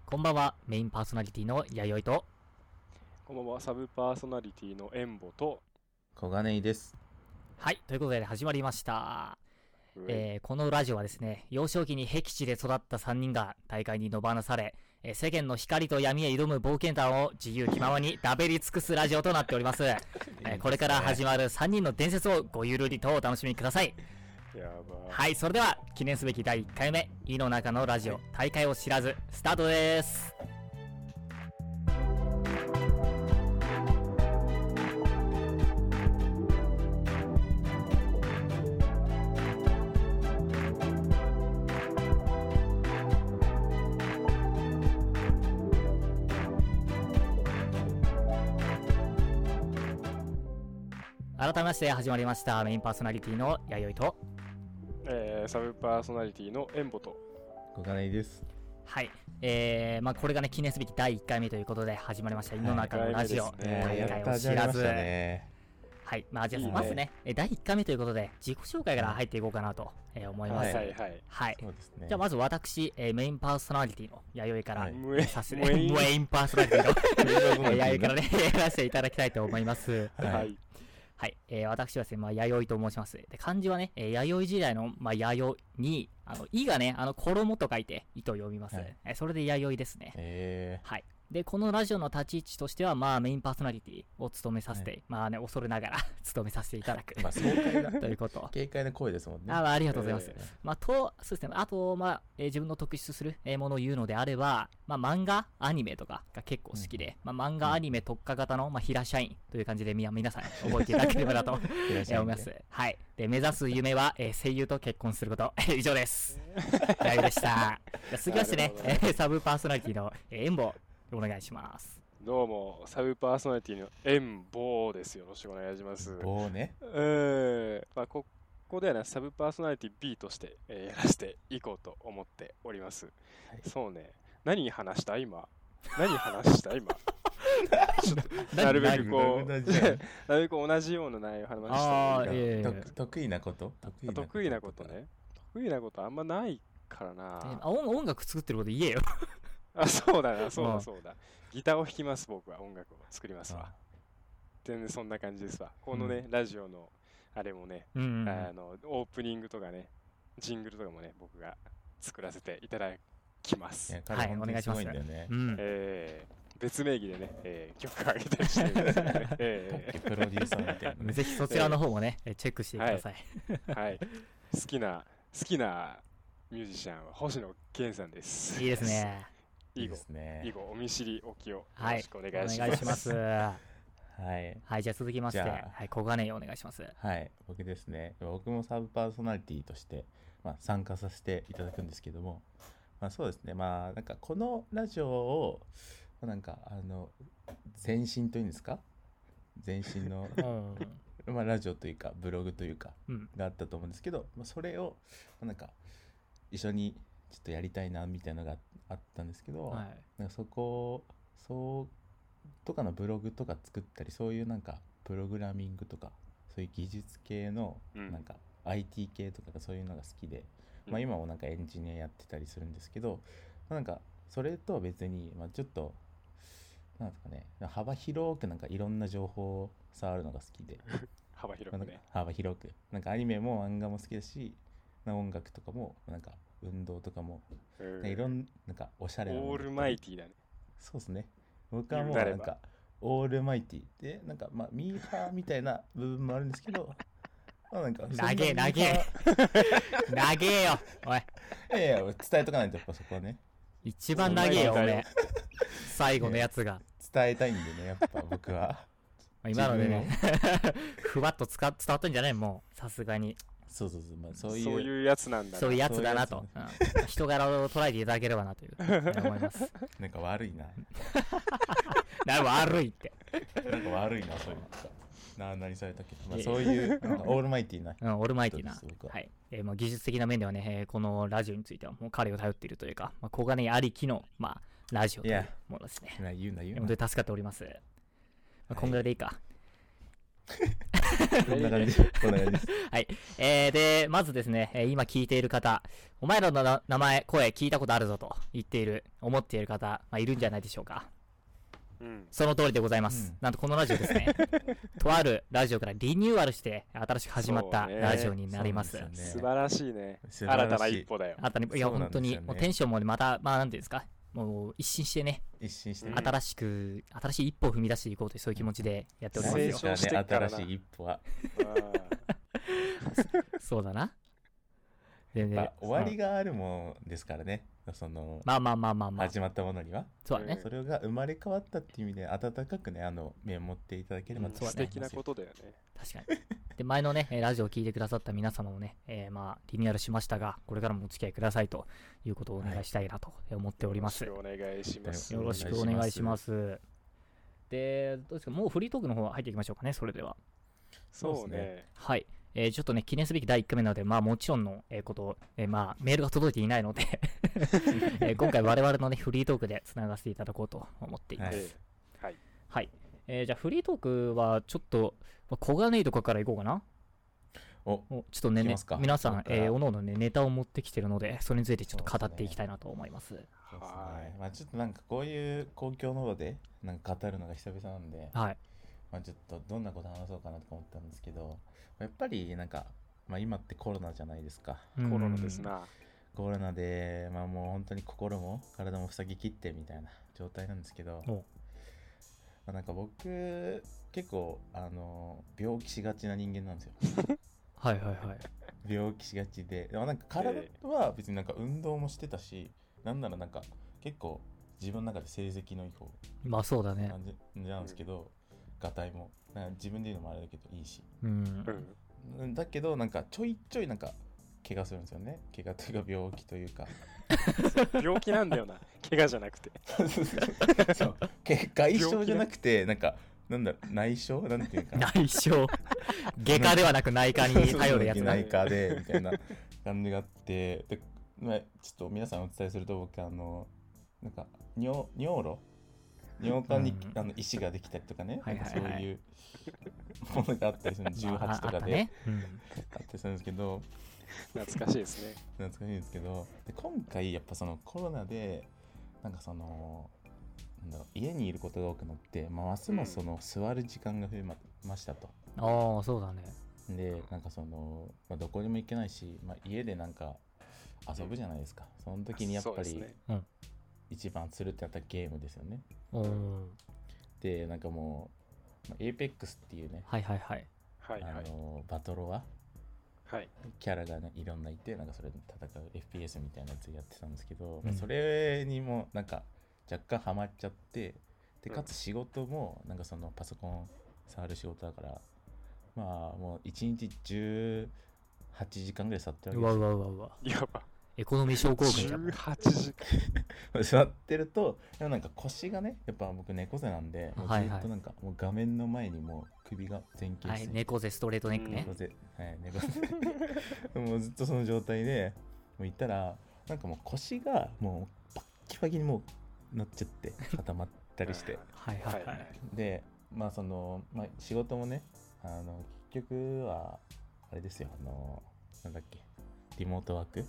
こんばんは、メインパーソナリティの弥生と。 こんばんは、サブパーソナリティのエンボと小金井です。 はい、ということで始まりました。 上このラジオはですね、幼少期に僻地で育った3人が大会に野放され、世間の光と闇へ挑む冒険談を自由気ままにダベり尽くすラジオとなっております。これから始まる3人の伝説をごゆるりとお楽しみください。 やばはい、それでは記念すべき第1回目、井の中のラジオ、大会を知らず、スタートです。改めまして始まりましたメインパーソナリティの弥生と。 サブパーソナリティのエンボと小金井です。 はい、これがね記念すべき第1回目ということで始まりました井の中のラジオ、 はい一回目ですね大会を知らず、 ね、 はい、じゃあいいねまずね第1回目ということで自己紹介から入っていこうかなと思います。 はいはいはい、 そうですね。 じゃあまず私、メインパーソナリティの弥生から、 はいムエさせてムエインメインパーソナリティの弥生からね。 ねやらせていただきたいと思います。 はい、 はいはい、私はですね、弥生と申します。で、漢字はね、弥生時代の、弥生に、いがね、衣と書いて、いと読みます。 はいそれで弥生ですね。はい。で、このラジオの立ち位置としては、メインパーソナリティを務めさせて、恐れながら務めさせていただく。 爽快なということ。 軽快な声ですもんね。 ありがとうございます。 えそうですね。あと、自分の特筆するものを言うのであれば、漫画、アニメとかが結構好きで、漫画、アニメ特化型の、平社員という感じで皆さん覚えていただければなと思います。はい。で、目指す夢は、声優と結婚すること。以上です。大丈夫でした。じゃあ続きましてねなるほど、 サブパーソナリティのエンボ、お願いします。 どうもサブパーソナリティのエンボです。よろしくお願いします。 棒ね。 ここではねサブパーソナリティ B として、やらせていこうと思っております。そうね、何話した今ちょっとなるべくこう同じやんなるべく同じような内容を話してあーもいいか得意なこと得意なことね。得意なことあんまないからな。 音楽作ってること言えよ。 そうだな、そうだ。ギターを弾きます、僕は音楽を作りますわ。 あ全然そんな感じですわ。このね、ラジオのあれもね、 うんうんうん。 オープニングとかね、ジングルとかもね、僕が作らせていただきますいや。 はい彼本当にすごいんだよね。 別名義でね、曲を上げたりしてるんですよね。 プロデューサーみたいなね。 ぜひそちらの方もね、チェックしてください。 はい。好きなミュージシャンは星野源さんです。 いいですね。 いい以後ですね。 お見知りおきをよはいろしくお願いしお願いしま。 ますす。 はい。 はい、じゃあ続きまして、 じゃあはい、小金井お願いします。 はい。僕ですね。僕もサブパーソナリティとして、参加させていただくんですけども、そうですね。なんかこのラジオを、なんか前身というんですか、前身のラジオというかブログというかうん。 があったと思うんですけど、それをなんか一緒にちょっとやりたいなみたいなのがあったんですけど、 はい。 なんかそうとかのブログとか作ったり、そういうなんかプログラミングとかそういう技術系のうんなんか IT 系とかがそういうのが好きで、 うん今もなんかエンジニアやってたりするんですけど、なんかそれとは別に、ちょっとなんですかね、幅広くなんかいろんな情報を触るのが好きで、 幅広くね。 幅広くなんかアニメも漫画も好きだし、音楽とかもなんか運動とかもいろんななんかおしゃれなものオールマイティだね。 そうですね。僕はもう言うなればなんかオールマイティでなんかミーハーみたいな部分もあるんですけど、なんかそんな長えミーハー長え長えよおい、 いやいや伝えとかないとやっぱそこはね一番長えよそうおめえ、最後のやつが。 伝えたいんでね、やっぱ僕は今のでねふわっと伝わったんじゃない、もうさすがにそうそうそういうやつなんだな。 そういうやつだなと、 そう人柄を捉えていただければなという思いますなんか悪いな悪いってなんか悪いなそういうの何されたっけ、 いやそういうなんかオールマイティなオールマイティな、 人です僕ははいもう技術的な面ではね、このラジオについてはもう彼を頼っているというか、小金井ありきの、ラジオというものですね。 言うな本当に助かっております。こんぐらいでいいか。 こんな感じこんな感じです。 はい。で、まずですね、今聞いている方、お前らの名前、声聞いたことあるぞと言っている、思っている方、いるんじゃないでしょうか。その通りでございます。なんとこのラジオですね、とあるラジオからリニューアルして新しく始まったラジオになります。 素晴らしいね。新たな一歩だよ。 いや、本当に、もうテンションもまた、なんていうんですか、もう一新してね、新しい一歩を踏み出していこうというそういう気持ちでやっておりますよ。 成長してっからな。 新しい一歩はそうだな。 終わりがあるもんですからね、その始まったものには。 そうだね。 それが生まれ変わったっていう意味で温かくね、見守っていただければと素敵なことだよね。 確かに。で、前のね、ラジオを聞いてくださった皆様もね、リニューアルしましたが、これからもお付き合いくださいということをお願いしたいなと思っております。 よろしくお願いします。 よろしくお願いします。で、どうですか、もうフリートークの方入っていきましょうかね、それでは。 そうね。 はい。ちょっとね、記念すべき第1回目なので、もちろんのことを、メールが届いていないので今回我々のね、フリートークでつながせていただこうと思っています。 はい。 はい。じゃあ、フリートークはちょっと、小金井とかからいこうかな。ちょっとね、皆さん、おのおのね、ネタを持ってきてるので、それについてちょっと語っていきたいなと思います。 ちょっとなんかこういう公共の場でなんか語るのが久々なんで、 はい。 ちょっとどんなこと話そうかなと思ったんですけど、やっぱりなんか、今ってコロナじゃないですか。 コロナですな。 コロナで、もう本当に心も体も塞ぎ切ってみたいな状態なんですけど、なんか僕結構病気しがちな人間なんですよ。 はいはいはい。 病気しがちで、なんか体は別になんか運動もしてたし、なんならなんか結構自分の中で成績のいい方そうだね感じなんですけど、がたいもなんか自分で言うのもあれだけどいいし、だけどなんかちょいちょいなんか怪我するんですよね。怪我というか病気というか病気なんだよな、怪我じゃなくてそう外傷じゃなくて、なんかなんだろう、内傷なんていうか内傷外科ではなく内科に頼るやつ内科でみたいな感じがあって、で、ちょっと皆さんお伝えすると、僕なんか尿管に、石ができたりとかね、そういうものがあったりするの、18とかであったりするんですけど、 懐かしいですね。 懐かしいんですけど、で今回やっぱそのコロナでなんかその家にいることが多くなって、ますますその座る時間が増えましたと。 ああ、そうだね。 でなんかその、どこにも行けないし、家でなんか遊ぶじゃないですか。その時にやっぱり一番するってなったらゲームですよね。でなんかもう、APEX っていうね、バトロワ、キャラが、ね、いろんないて、なんかそれで戦う FPS みたいなやつやってたんですけど、それにもなんか若干ハマっちゃって、でかつ仕事もなんかそのパソコン触る仕事だから、もう1日18時間ぐらい座ってるわけですよ。 うわやば。 エコノミー症候群じゃん。 18時間座ってると、でもなんか腰がね、やっぱ僕猫背なんで、もうずっとなんかもう画面の前にもう首が前傾して、 猫背ストレートネックね。 猫背、猫背もうずっとその状態でもう行ったら、なんかもう腰がもうパッキパキにもうなっちゃって固まったりしてでその、仕事もね、結局はあれですよ、なんだっけ、リモートワーク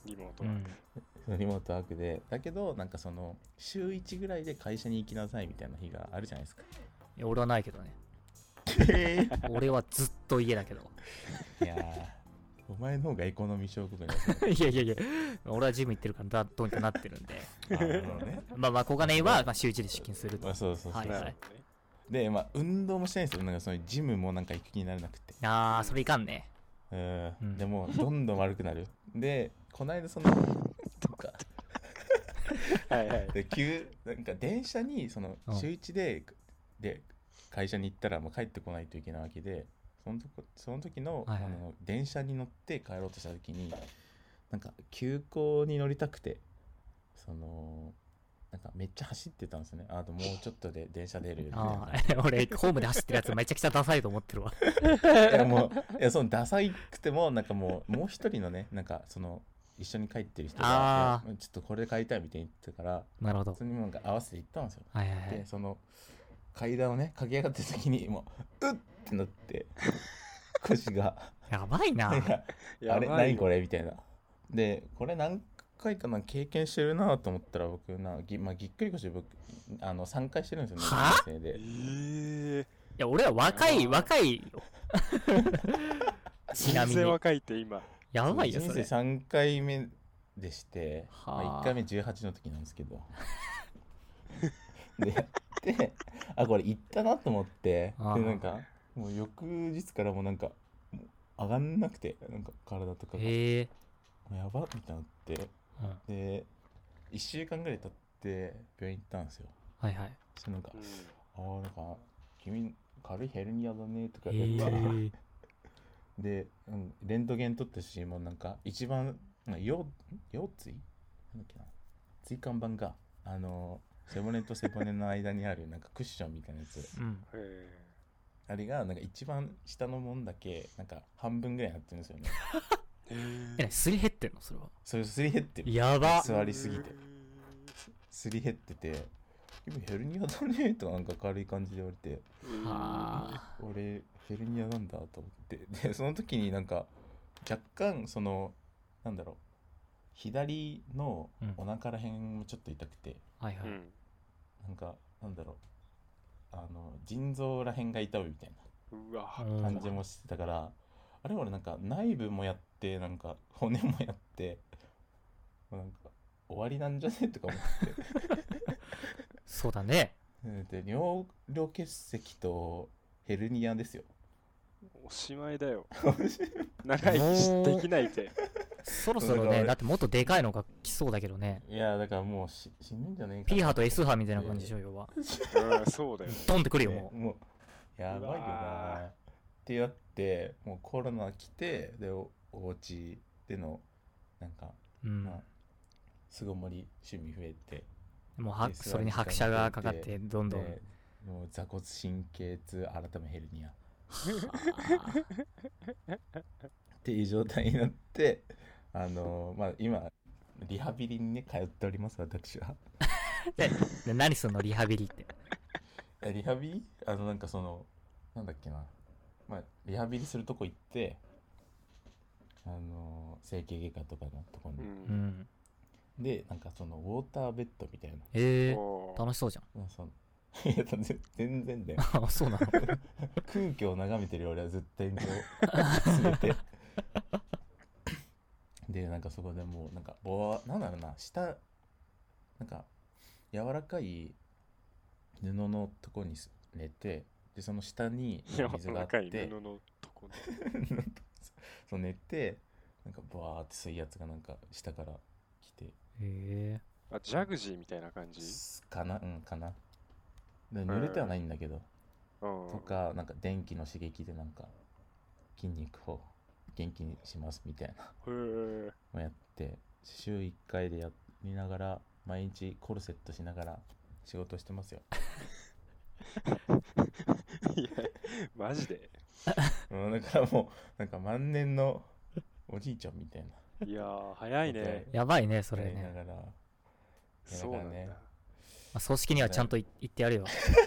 で、だけどなんかその週1ぐらいで会社に行きなさいみたいな日があるじゃないですか。 いや俺はないけどね俺はずっと家だけど。 いやお前の方がエコノミー症候群だいや俺はジム行ってるからどうにかなってるんで小金井は週1で出勤すると。 そうで運動もしてないんですよ。なんかそのジムもなんか行く気になれなくて、 それいかんね。 でもどんどん悪くなる。でこの間そのとかでなんか電車にその週1で会社に行ったら帰ってこないといけないわけで、その時の、電車に乗って帰ろうとした時に、なんか急行に乗りたくて、そのなんかめっちゃ走ってたんですよね。もうちょっとで電車出るみたいな。 俺ホームで走ってるやつめちゃくちゃダサいと思ってるわいやそのダサいくてもなんかもう一人のね、なんかその一緒に帰ってる人がちょっとこれで帰りたいみたいに言ってから、 なるほど、 それにもなんか合わせて行ったんですよ。でその階段をね駆け上がってる時にもうっっってなって腰がやばいな。 あれやばいよ何これみたいな。でこれ何回かな経験してるなと思ったら僕ぎっくり腰僕3回してるんですよね。 は人生でー、 いや、俺は若いよ。ちなみに。 全然若いって今。 やばいよ、 人生それ。 3回目でして、 はあ 1回目18の時なんですけどでこれ行ったなと思ってああでなんかもう翌日からもうなんかもう上がんなくてなんか体とかがへえ。 もうやばっみたいになってうん。 で1週間ぐらい経って病院行ったんですよ。 はいはい。 そしたらなんかうんなんか君軽いヘルニアだねとかへ言われてえ。 で、レントゲン撮った写真もなんか一番腰椎なんだっけな椎間板が背骨と背骨の間にあるなんかクッションみたいなやつうん。 へあれがなんか一番下のもんだけなんか半分ぐらいになってるんですよね。 え、すり減ってんのそれは。 それすり減ってる。 やば。 座りすぎてすり減ってて今ヘルニアだねとかなんか軽い感じで言われてはあ。 俺ヘルニアなんだと思ってでその時になんか若干なんだろう左のお腹らへんもちょっと痛くて、 はいはい。 なんかなんだろう腎臓らへんが痛むみたいうわうんな感じもしてたからあれ俺なんか内部もやってなんか骨もやってもうなんか終わりなんじゃねとか思ってそうだね。 で尿路結石とヘルニアですよ。 おしまいだよ。長生きしできないって。 そろそろね、だってもっとでかいのが来そうだけどね。 いやだからもう死ぬんじゃねえか P 波と S 波みたいな感じでしょ、要は。 うん、そうだよ。 ドンってくるよ、ももうやばいようわなーってやってもうコロナ来てでお家でのなんか、 う。うん。 まあ巣ごもり趣味増えてもうは、 でそれに拍車がかかって、どんどん。 でもう座骨神経痛改めヘルニアっはていう状態になってまあ今リハビリにね通っております私は。 あで、何すんの、リハビリって。 リハビリなんかなんだっけなまあリハビリするとこ行って整形外科とかのとこう。 に、 うんん。 でなんかウォーターベッドみたいなおー楽しそうじゃん。 まあいや全然だよあ、そうなの。 空虚を眺めてる俺は絶対にこう進めてでなんかそこでもうなんかなんだろうな下なんか柔らかい布のとこに寝てでその下に柔水があっらかいて布のとこそう寝てなんかバーって水圧がなんか下から来てへえ。 あ、ジャグジーみたいな感じ。 かなかなで濡れてはないんだけど、 うん。 とかなんか電気の刺激でなんか筋肉を元気にしますみたいなへーのやって週1回でやりながら毎日コルセットしながら仕事してますよ。 いや、マジで。 だからもうなんか万年のおじいちゃんみたいないやー、早いね。 やばいね、それね。 やりながらそうなんだ。 ねまあ、組織にはちゃんと言ってやるよ。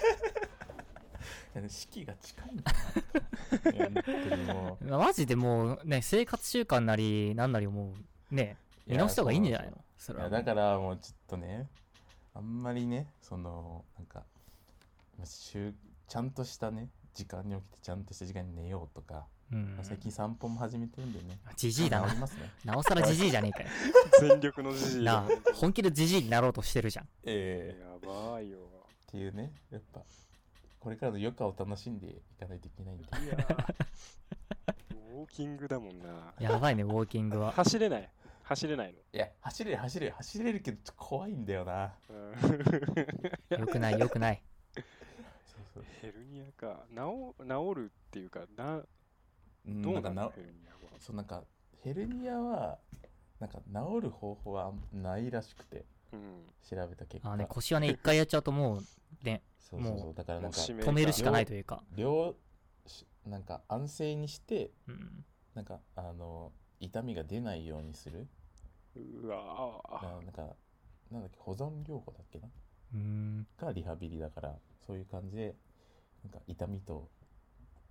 四季が近いんだな。いや本当にもマジでもうね、生活習慣なり、なんなりをもう、ね、 う見直した方がいいんじゃないのそれはもう。 いやだからもうちょっとねあんまりねなんかちゃんとしたね時間に起きてちゃんとした時間に寝ようとか、 うん最近散歩も始めてるんでねじじいだなあり。ますね。 なおさらじじいじゃねえかよ。 全力のじじいだなあ、本気でじじいになろうとしてるじゃん。 やばいよ。 っていうねやっぱこれからの余暇を楽しんでいかないといけないんでいやーウォーキングだもんな。 やばいね、ウォーキングは。 走れないの。 いや走れるけどちょっと怖いんだよな。 うんよくない、よくない。 そうヘルニアか。治るっていうか、どうなんかなのヘルニアは。 そうなんかヘルニアはなんか治る方法はないらしくてうん。 調べた結果あね、腰はね、一回やっちゃうともう、ね、 そうそうそもうだからなんかもう締め止めるしかないというか。 なんか安静にしてうん。 なんか痛みが出ないようにするうわーなんかなんだっけ保存療法だっけながリハビリだからそういう感じでなんか痛みと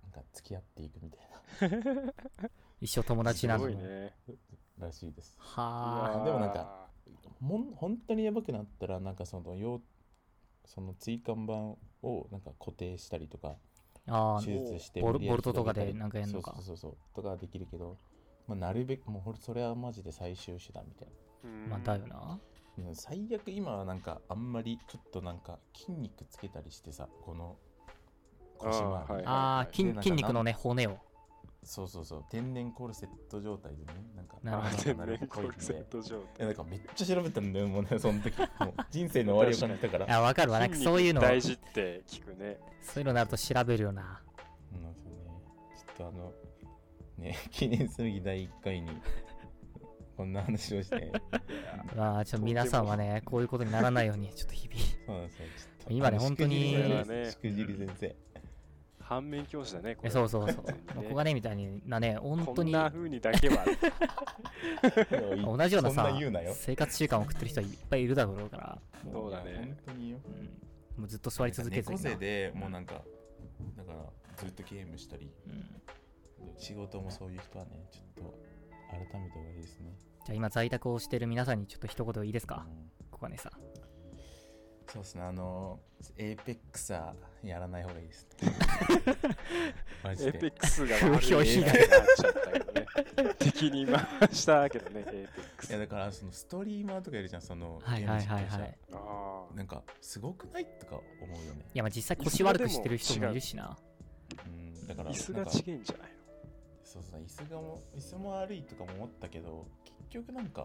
か付き合っていくみたいな一生友達なんだすごいね。 らしいです。 はあ。 でもなんか本当にやばくなったらなんかその椎間板をなんか固定したりとかあ手術してボル無理やりトとかで広げたりなんかやんのか。 そうとかはできるけど、まあ、なるべくもうそれはマジで最終手段みたいまあだよな。 な。最悪今はなんかあんまりちょっとなんか筋肉つけたりしてさ、この腰回り、 はいああ、筋肉のね、骨を。 そう天然コルセット状態でね、なんかなるほど天なる然コルセット状態。 なんかめっちゃ調べたんだよもうね、その時もう人生の終わりを感じたからあ、わかるわ。なんかそういうの、 大事って聞くね。 そういうのになると調べるよな。 なんですよね。ちょっとね、記念すべき第1回にこんな話をしてまあ、ちょっと皆さんはね、こういうことにならないように、ちょっと日々。 そうなんですよ。ちょっと今ね本当にしくじり先生。 反面教師だね、これ。 そう。 完全にね小金みたいなね、本当にこんな風にだけは。 同じようなそんなさ言うなよ、 生活習慣を送ってる人はいっぱいいるだろうから、 そうだねいや本当によ。 もうずっと座り続けずにな。 猫背でもうなんか、だからずっとゲームしたり、 うん仕事もそういう人はね、ちょっと改めた方がいいですね。 じゃあ今在宅をしてる皆さんにちょっと一言いいですか、 うん小金さん。 そうですね、エーペックスはやらない方がいいですね。マジで。 エーペックスが悪い風評被害になっちゃったけどね。敵に回したけどね、エーペックス。 いやだからそのストリーマーとかいるじゃん、そのはいはいはいはい。 ゲーム実況者あなんかすごくないとか思うよね。 いやまあ実際腰悪くしてる人もいるしな。 うん、だからあ、椅子がなんか違えんじゃないそう椅子も悪いとかも思ったけど、結局なんか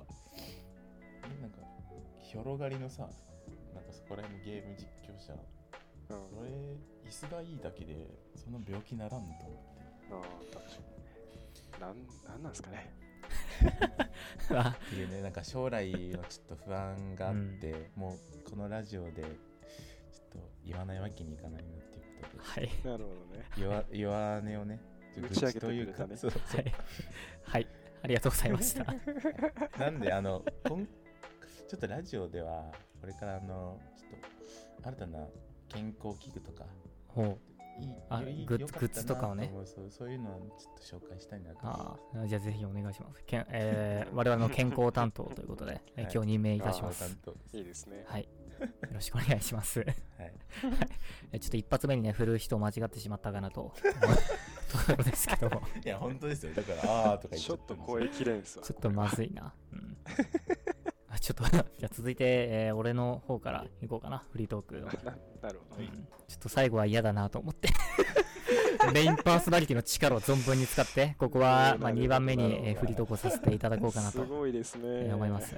広がりのさ、なんかそこら辺のゲーム実況者、 の？ それ椅子がいいだけでそんな病気ならんと思って。 ああ、確かに。なんなんすかね。 っていうね、なんか将来のちょっと不安があって、もうこのラジオでちょっと言わないわけにいかないなっていうことで、 はいなるほどね。 弱音をね、 打ち上げてくれたねそうはいはいありがとうございました。 なんでちょっとラジオではこれからちょっと新たな健康器具とかほうグ良かったなッズとかをねと思うそういうのはちょっと紹介したいなと思います。 ああじゃあぜひお願いします。我々の健康担当ということで、今日任命いたします。 担当ですいいですね。 はいよろしくお願いします。 はいちょっと一発目にね振る人を間違ってしまったかなと思うところですけどもいや本当ですよ。だからとか言っちょっと声きれんすわ。 ちょっとまずいな。ちょっとじゃあ続いて、俺の方からいこうかな、フリートークを。 なるほど。 ちょっと最後は嫌だなと思ってメインパーソナリティの力を存分に使ってここはまあ2番目にフリートークをさせていただこうかなとすごいですね。 思います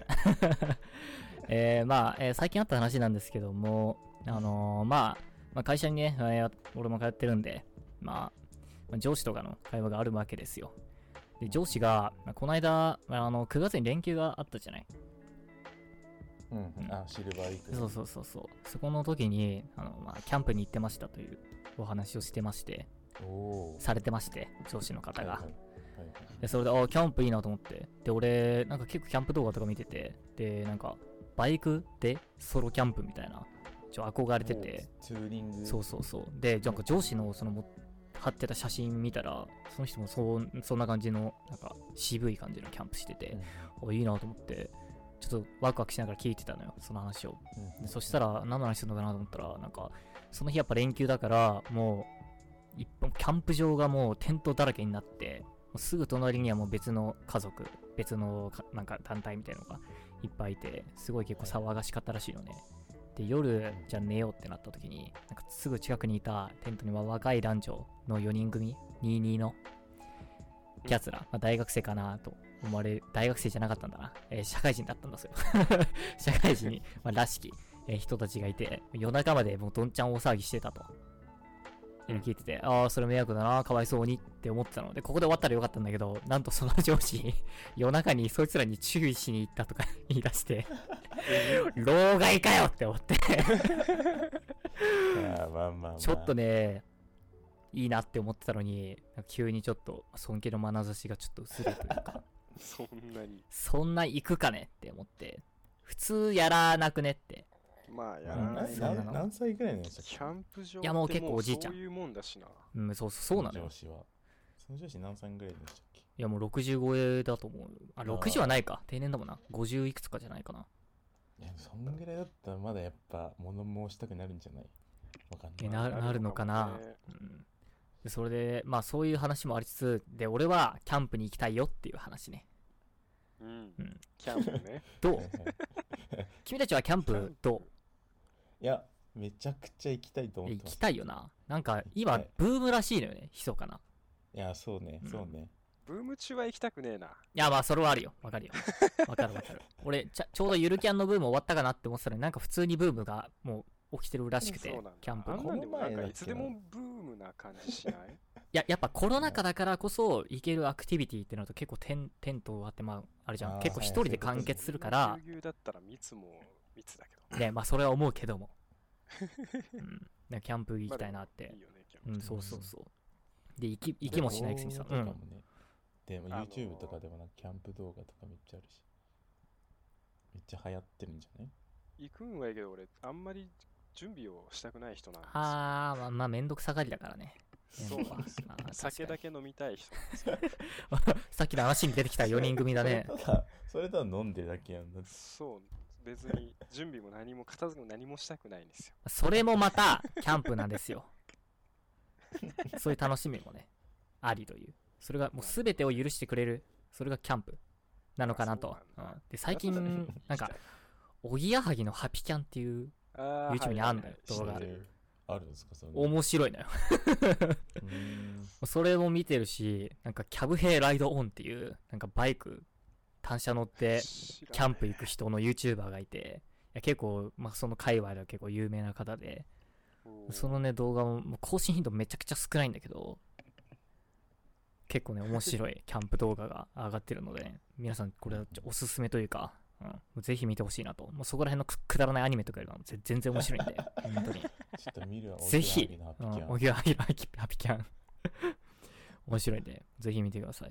最近あった話なんですけどもまあ会社にね、俺も通ってるんで、まあ上司とかの会話があるわけですよ。で上司が、この間9月に連休があったじゃない。 シルバーウィーク。 そこの時にキャンプに行ってましたというお話をしてましてされてまして、上司の方が、でそれでキャンプいいなと思って、で俺なんか結構キャンプ動画とか見てて、でなんかバイクでソロキャンプみたいな憧れてて、 ツーリング。 でなんか上司の貼ってた写真見たら、その人もそんな感じのなんか渋い感じのキャンプしてて、いいなと思ってちょっとワクワクしながら聞いてたのよ、その話を。でそしたら何の話するのかなと思ったら、なんかその日やっぱ連休だからもうキャンプ場がもうテントだらけになって、もうすぐ隣にはもう別の家族、別のなんか団体みたいなのがいっぱいいて、すごい結構騒がしかったらしいのね。で夜じゃあ寝ようってなった時に、なんかすぐ近くにいたテントには若い男女の4人組22のやつら、大学生かなと思われる、大学生じゃなかったんだな、社会人だったんですよ社会人、らしき、人たちがいて、夜中までもうどんちゃん大騒ぎしてたと聞いてて、それ迷惑だな、かわいそうにって思ってたので、ここで終わったらよかったんだけど、なんとその上司夜中にそいつらに注意しに行ったとか言い出して老害かよって思ってちょっとねいいなって思ってたのに、急にちょっと尊敬の眼差しがちょっと薄れるというかそんなにそんな行くかねって思って、普通やらなくねって。 まあやうんらないそんなの何歳ぐらいなんでしたっけ？ キャンプ場いやもう結構おじいちゃんそういうもんだしな。 うん、そうなのよ。 上司は。その上司何歳ぐらいでしたっけ？ いやもう60超えだと思う。あ、60はないか。定年だもんな。50いくつかじゃないかな。 いや、そんぐらいだったらまだやっぱ物申したくなるんじゃない？わかんない。 なるのかな、 なるのかもねうんで。それで、まあそういう話もありつつ、で、俺はキャンプに行きたいよっていう話ね。 うんうん。 キャンプね。 どうはいはい君たちはキャンプどういや、めちゃくちゃ行きたいと思って行きます。 たいよな。なんか今はいブームらしいのよね。密かな。 いや、そうね、 うんそうね。 ブーム中は行きたくねえな。 いやまあそれはあるよ。わかるよ。わかる。俺ちょうどゆるキャンのブーム終わったかなって思ってたのに、なんか普通にブームがもう起きてるらしくてそうなんだ、 キャンプの。 あんなんでもなんこの前だっけなかいつでもブームな感じしない？ やっぱコロナ禍だからこそ行けるアクティビティってなると結構テントあってまああるじゃん。 あー結構一人で完結するから、 ぎゅうぎゅうだったら密も密だけど。 ね、まあそれは思うけども。うん。なんかキャンプ行きたいなっていい。よね、キャンプ。 うん、そう。で、行きもしないくせにさ。うん。 動画とかもね。でも YouTube とかでもなんかキャンプ動画とかめっちゃあるし。めっちゃ流行ってるんじゃない？ 行くんはいいけど、俺、あんまり準備をしたくない人なんですよ。 まあめんどくさがりだからね。 そうなんですよまあ酒だけ飲みたい人なんですよ。 さっきの話に出てきた4人組だね。 それとは飲んでるだけやんだって。 そう、別に準備も何も片付けも何もしたくないんですよ。 それもまたキャンプなんですよ。そういう楽しみもね、ありという。それがもう全てを許してくれる、それがキャンプなのかなと。 そうなんだで、最近、なんか、おぎやはぎのハピキャンっていうあー YouTube にあんのよはいはい動画知ってるあるんですか？それ。 面白いのよ。それも見てるし、なんかキャブヘイライドオンっていう、なんかバイク、単車乗って知らないキャンプ行く人の YouTuber がいて、いや結構、まあ、その界隈では結構有名な方で、 おーそのね、動画ももう更新頻度めちゃくちゃ少ないんだけど、結構ね、面白いキャンプ動画が上がってるので、皆さんこれおすすめというか、ぜひ見てほしいなと。もうそこら辺のくだらないアニメとかよりも全然面白いんで、本当に。 ちょっと見るわ。 ぜひ、おぎやはぎのハピキャン。面白いんで、ぜひ見てください。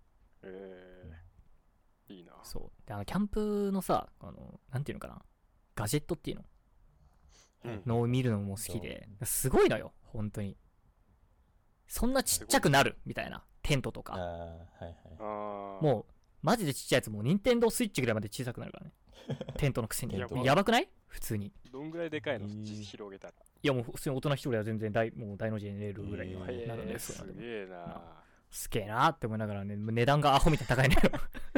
いいな。 そう。で、キャンプのさ、なんていうのかな、ガジェットっていううんのを見るのも好きで、すごいのよ、本当に。そんなちっちゃくなるみたいな、テントとか。 ああ、はいはい。 あーもう、マジでちっちゃいやつ、もう、ニンテンドースイッチぐらいまで小さくなるからね。テントのくせに。 いややばくない普通に。 どんぐらいでかいの、 いい広げたら。 いや、もう普通に大人一人は全然もう大の字に寝れるぐらいのへなので、 すそうなんでげえな。 すげえなーって思いながらね、値段がアホみたいに高いのよ。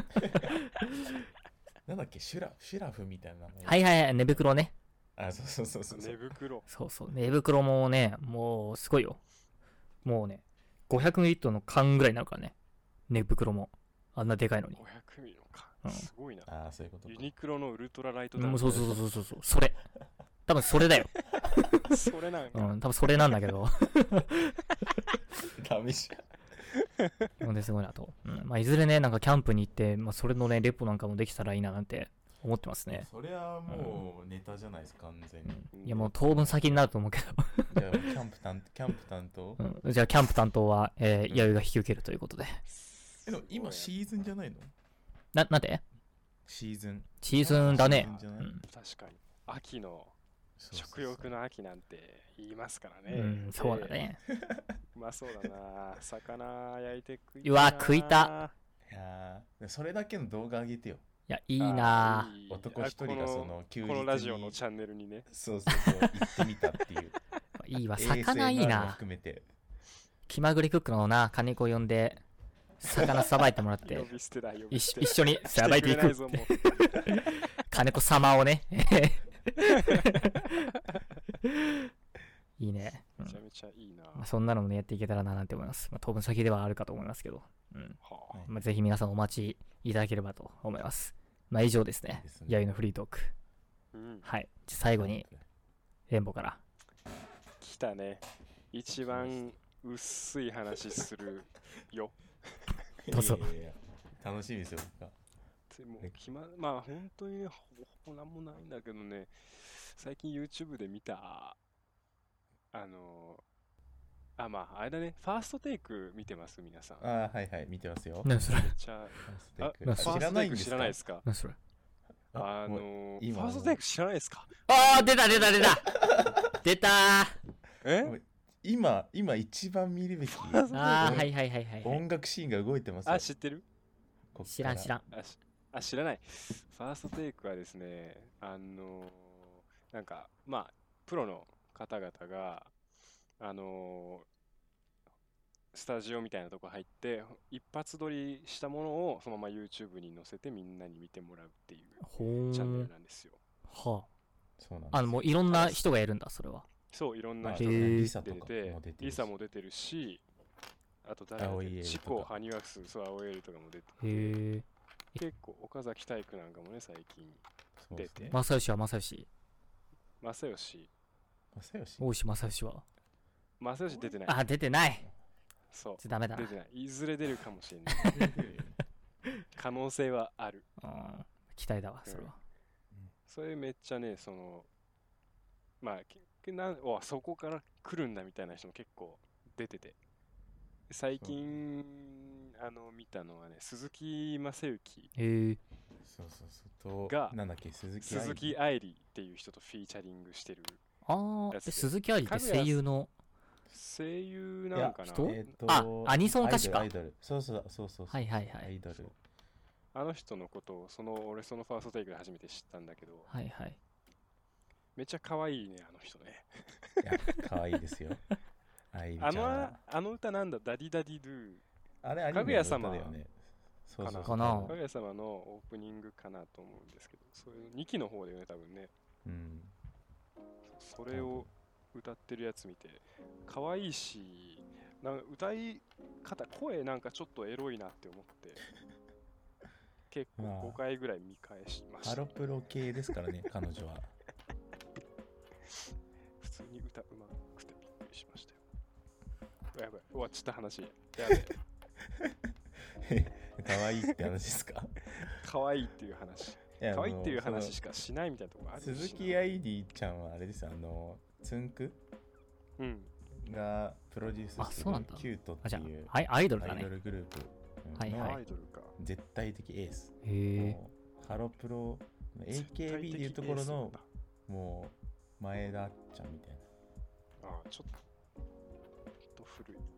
なんだっけ、シュラフみたいな名前。 はいはいはい、寝袋ね。 あ、そう。 寝袋。 そう、寝袋もね、もうすごいよ。もうね、500ミリリットルの缶ぐらいになるからね。寝袋も。あんなでかいのに。 500ミリのかうん。 すごいな。 ああ、そういうことか。 ユニクロのウルトラライトもうダウン。 そう、それ。多分それだよ。 それなんか。 うん、多分それなんだけど。 ダメじゃん。 ほんですごいなと。まあ、いずれね、なんかキャンプに行って、まあ、それのね、レポなんかもできたらいいななんて思ってますね。 それはもうネタじゃないですか、完全に。 いや、もう当分先になると思うけど。 じゃあ、キャンプ担当じゃあ、キャンプ担当は、弥生が引き受けるということで。 でも今シーズンじゃないの？ なんでシーズン。 シーズンだね。 シーズンじゃない確かに。秋の、 そうそうそう食欲の秋なんて言いますからね。 うん、そうだね。 うまそうだな。魚焼いて食いうわ食いた。 いやーそれだけの動画上げてよ。 いや、いいなぁ。 いい男一人がその休日にこのラジオのチャンネルにね。 そう行ってみたっていう。 いいわ、魚いい ASMR もな。 含めて。 気まぐれクックのな、金子呼んで、魚さばいてもらって呼、び捨てだ、呼び捨て。 一緒にさばいていく来てくれないぞもう金子様をね。いいね。 めちゃめちゃいいな。 まあ、そんなのもね、やっていけたらななんて思います。まあ、当分先ではあるかと思いますけど。 はあまあ、ぜひ皆さんお待ちいただければと思います。まあ、以上ですねいいです。ね弥生のフリートーク。 うん、 はい。じゃあ最後に、レンボから。 来たね。一番薄い話するよ。 どうぞいや楽しみですよ、僕は。 でもまあ本当にね、ほぼなんもないんだけどね、最近 YouTube で見た、まあ、あれだね、ファーストテイク見てます、皆さん。 ああ、はいはい、見てますよ。 何それめっちゃ、 ファーストテイク何それ知らないんですか？ 知らないですか？ 何それファ今ーストテイク知らないですか？ あー、出た出た出た出たー。 もう今一番見るべきあー、はいはいはいはい、はい。 音楽シーンが動いてますよ。 あ、知ってる？ こっから知らん知らん。 知らない。ファーストテイクはですね、なんか、まあ、プロの方々が、スタジオみたいなとこ入って、一発撮りしたものをそのまま YouTube に載せてみんなに見てもらうっていうほチャンネー。 ルなんですよ。 はそうなんですあ。もういろんな人がやるんだ、それは。 そう、いろんなあ人がへーリサとかも出てて、 出てるしリサも出てるし、あと誰だっ青井エールけ、チとかコ、ハニワクス、そう、青エールとかも出てて、 へえ。 結構岡崎体育なんかもね、最近、 そうですね。 正義は正義。 正義、 正義大石正義は。 正義出てない。 あ、出てない。 そう、 ダメだな。 出てない。いずれ出るかもしれない。可能性はある。 うん。期待だわ、それは。 それめっちゃね、まあ、そこから来るんだみたいな人も結構出てて。最近、見たのはね、鈴木雅之、 へえ。 とがなんだっけ、鈴鈴木愛理っていう人とフィーチャリングしてるあー、 やつで鈴木愛理って声優の。 声優なんかな。 人あアニソン歌手かアイドル。そうそう。 はいはいはい。 アイドル。 あの人のことを俺そのファーストテイクで初めて知ったんだけど、 はいはい。 めっちゃ可愛いね、あの人ね。 いや、可愛いですよ。愛理ちゃんはあの歌なんだ、ダディダディドゥ。 あれ、アニかぐメの歌や様だよね。そうそうそう。 かなかぐや様のオープニングかなと思うんですけど、そういう2期の方だよね、多分ね。 うん。 それを歌ってるやつ見て、可愛いし、なんか歌い方、声なんかちょっとエロいなって思って、結構まあ 5回ぐらい見返しました。 ハロプロ系ですからね、彼女は。 普通に歌うまくてびっくりしましたよ。やばい、終わっちゃった話。やばい。 可愛いって話ですか？ 可愛いっていう話。 いや可愛いっていう話しか。 かしないみたいなところあるしな。 鈴木愛理ちゃんはあれですよ、つんくうん。 がプロデュースしてるあそうなんだキュートっあ、じゃていうあ、アイドルだねアイド。ルグループはいはいアイドルか。 絶対的エース。 へえ。 もうハロプロ、AKB でいうところのもう前田ちゃんみたいな。 ああ、ちょっと古い。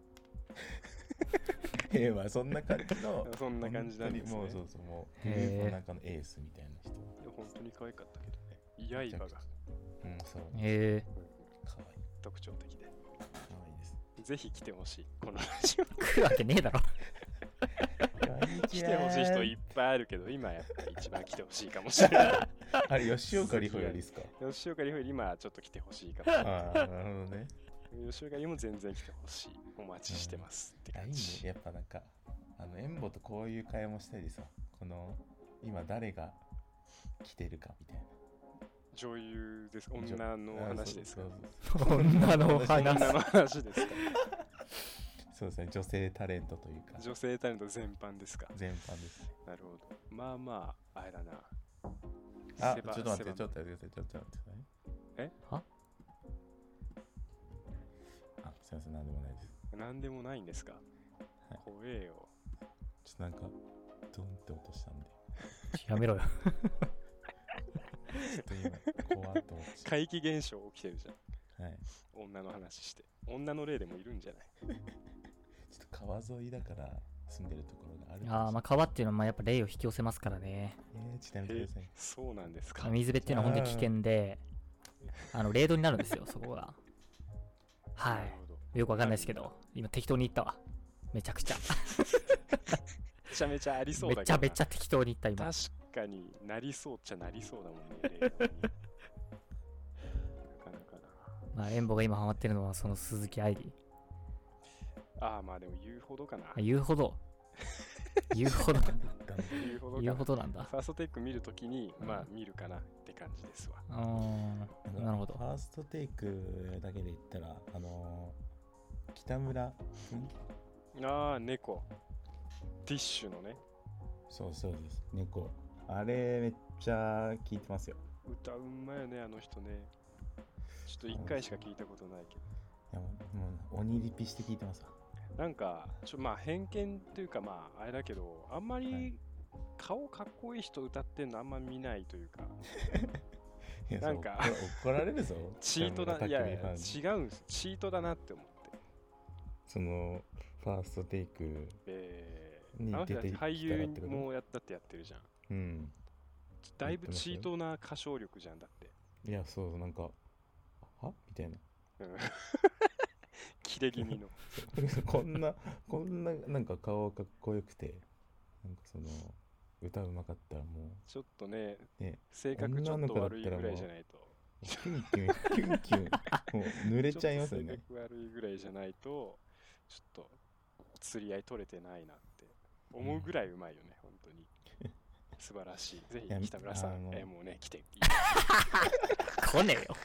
まあそんな感じのそんな感じなんですね本当にもうそうもうグへーループの中のエースみたいな人。 いや、本当に可愛かったけどね。刃がそう。 へえ。 可愛い特徴的で。 可愛いです。 ぜひ来てほしい。このラジオ。 来るわけねえだろ。 来てほしい人いっぱいあるけど、今やっぱり一番来てほしいかもしれない。 あれ吉岡里帆よりですか？ 吉岡里帆より今ちょっと来てほしいかもしれない。 ああ、なるほどね。 吉岡里帆も全然来てほしい。お待ちしてますっていいね。 感じ。 やっぱなんかエンボとこういう会話もしたいですわ。この今誰が来てるかみたいな。 女優です。女の話ですか？ 女の女話。 の話ですか？ そうですね。女性タレントというか女性タレント全般ですか？ 全般です。 なるほど。まあまあ、あれだな。 あ、 セバちょっと待って、ちセバょっと待ってください。ちょっと待ってください。 えはあ、すいません、なんでもないです。 なんでもないんですか？ はい怖えよ。 ちょっとなんか、ドンって音したんで。 やめろよ。 ちょっと今、怖っと思ってし怪奇現象起きてるじゃん。 まう。はい。 女の話して。女の霊でもいるんじゃない？ ちょっと川沿いだから住んでるところがあるかもしれない。 ああ、まあ川っていうのはまあやっぱ霊を引き寄せますからね。 ちなみにください。 そうなんですか？ 水辺っていうのは本当に危険で、霊道になるんですよ、そこが。はなるほど。 い。よくわかんないですけど、今適当に言ったわ。めちゃくちゃ。 めちゃめちゃありそうめだけどな。 ちゃめちゃ適当に言った今。 確かになりそうっちゃなりそうだもんね、霊道に。なかなかな。 まあ、エンボが今ハマってるのはその鈴木愛理。 ああ、まあでも言うほどかな。 言うほど。言うほど。 言うほどかな。 言うほどなんだ。 ファーストテイク見るときに、まあ見るかなって感じですわ。 なるほどフ。ァーストテイクだけで言ったら、北村君ああ、猫。ティッシュのね。 そうそうです。猫。あれめっちゃ聞いてますよ。 歌うまいよね、あの人ね。ちょっと一回しか聞いたことないけど。 いやもう鬼リピして聞いてますわ。 なんか、まあ偏見というかまああれだけど、あんまり顔かっこいい人歌ってんのあんま見ないというか、 いやなんか怒られるぞ。 チートだ、 北いやいや村匠海ファンに違うんです、チートだなって思って。 そのファーストテイクにあの人出てきたら俳優ってこと。 もやってるじゃん。 うん。 だいぶチートな歌唱力じゃんだって。 いや、そう、なんか、はみたいな。 うん切れ気味の。 こんな、なんか顔かっこよくて、なんかその、歌うまかったらもちょっとね、 う、ね、 性格ちょっと悪いぐらいじゃないと。 キュンキュン、キュンキュン、もう濡れちゃいますよねちょっ。と性格悪いぐらいじゃないと、ちょっと釣り合い取れてないなって思うぐらいうまいよね、本当に。素晴らしい。ぜいやひ北村さん、 もうもうね、来て。 来ねえよ。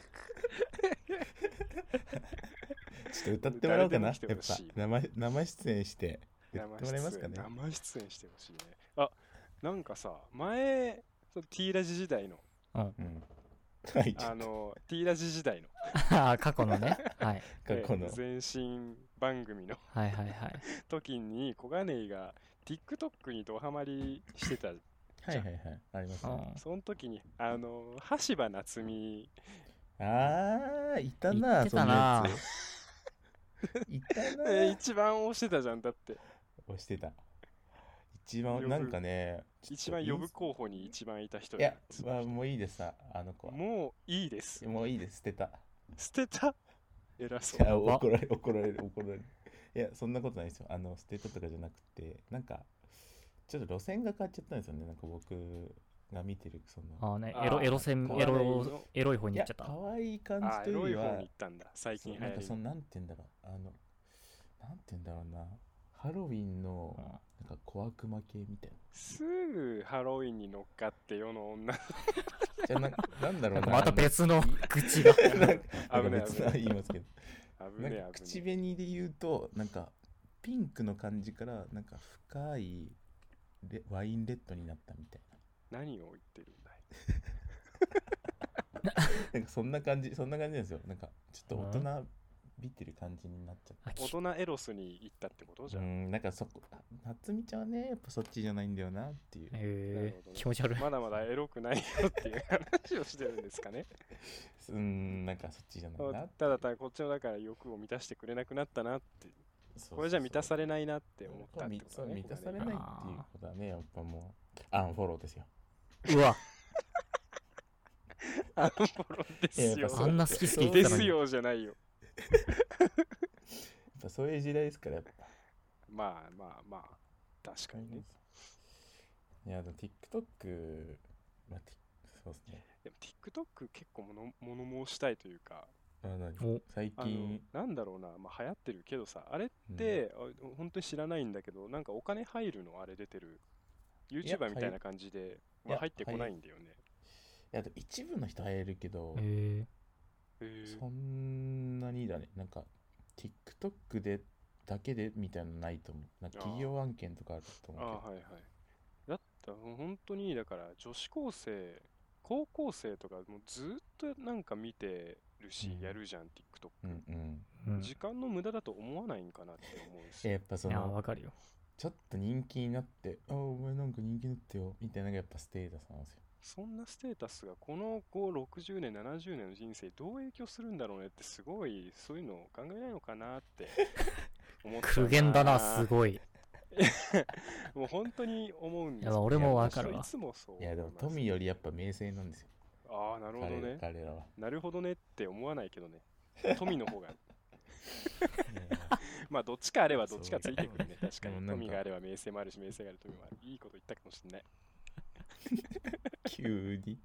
ちょっと歌ってもらおうかな。やっぱ誰でも来てほしい生出演して歌ってもらえますかね。 生出演してほしいね。あ、なんかさ、前、T ラジ時代の、 うん。 うん。はい、ちょっと T ラジ時代の、 過去のね。はい。 過去の。 前身番組のはいはいはい。 時に、小金井が TikTok にドハマりしてた。 はいはいはい。ありますね。 その時に、橋場夏美、 あー、いた言な、 ってそんなたなやつ。いたな。 一番推してたじゃん、だって。 押してた。一番、 呼ぶなんかね、 一番呼ぶ候補に一番いた人いやそ、の人もういいですさ、あの子は。 もういいです。 もういいです、捨てた。 捨てた偉そ。 いうや怒られる。いや、そんなことないですよ。捨てたとかじゃなくて、なんか、ちょっと路線が変わっちゃったんですよね。なんか僕が見てる、その。 エロ線、 小金井のエロい方にいや、 行っちゃった。 可愛い感じとエロいいうよりは方に行っ、たんだ。最近流なんかその、 行りの。 なんて言うんだろう。なんて言うんだろうな。ハロウィンの、なんか小悪魔系みたいな。 すぐハロウィンに乗っかって世の女。 じゃあなんだろうな。 また別の口が。 なんか危ない別な言いますけど。 危ねえなんか口紅で言うと、なんかピンクの感じからなんか深いワインレッドになったみたい何を言ってるんだい。 な。なんかそんな感じなんですよ。なんかちょっと大人びてる感じになっちゃって。 大人エロスに行ったってことじゃん。 なんかそこ、夏美ちゃんはね、やっぱそっちじゃないんだよなっていう。 なるへほどね気持ち悪い。 まだまだエロくないよっていう話をしてるんですかね。 なんかそっちじゃないなってただ単にこっちのだから欲を満たしてくれなくなったなって。これじゃ満たされないなって思ったってことだね。 満たされないっていうことはね、やっぱもう、アンフォローですよ。 うわ、 アンフォローですよ。 いややっぱあんな好き好き言ってですたのに。 よじゃないよ。 やっぱそういう時代ですから、やっぱ。 まあ、確かにね。 いや、でも TikTok、まあ、そうですね。 でも TikTok 結構物申したいというか、 お最近、 なんだろうな、流行ってるけどさ、あれって、本当に知らないんだけど、なんかお金入るのあれ出てる YouTuber みたいな感じで、入ってこないんだよね。 いや、一部の人入るけど、そんなにだね。なんか、TikTok でだけでみたいなのないと思う。なんか企業案件とかあると思うけど。 はいはい。だったら本当に、だから女子高生、高校生とかもうずっとなんか見てるし、やるじゃん、TikTok。時間の無駄だと思わないんかなって思うんですよ。 やっぱそいや、 の、 わかるよ。 ちょっと人気になって、お前なんか人気になってよ、みたいなのがやっぱステータスなんですよ。 そんなステータスがこの5、60年、70年の人生どう影響するんだろうねってすごいそういうのを考えないのかなって思ったな。 苦言だな、すごい。 もう本当に思うんですいや俺もわかるわいつもそう。 いや、でも富よりやっぱ名声なんですよ。 ああ、なるほどね。 彼らは。 なるほどねって思わないけどね。富の方が。まあ、どっちかあればどっちかついてくるね。確かに。富があれば名声もあるし、名声がある富もある。いいこと言ったかもしれない。 急に。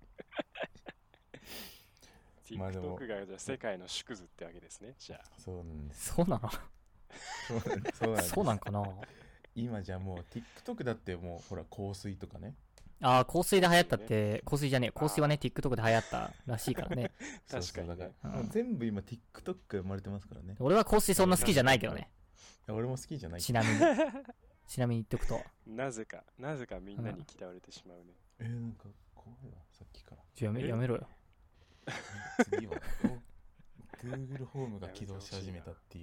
TikTok がじゃあ世界の縮図ってわけですね。じゃあ。 そうなんです。 そうなのそうなんかな。 今じゃもう TikTok だってもうほら香水とかね。 ああ、香水で流行ったって、香水じゃねえ、香水はね、TikTok で流行ったらしいからね。 確かにね。 だからもう全部今 TikTok が生まれてますからね。 俺は香水そんな好きじゃないけどね。 いや俺も好きじゃない。 ちなみに言っとくと。 なぜかみんなに嫌われてしまうね。 なんか怖いわ、さっきから。 やめろよ。 次は Google ホームが起動し始めたっていう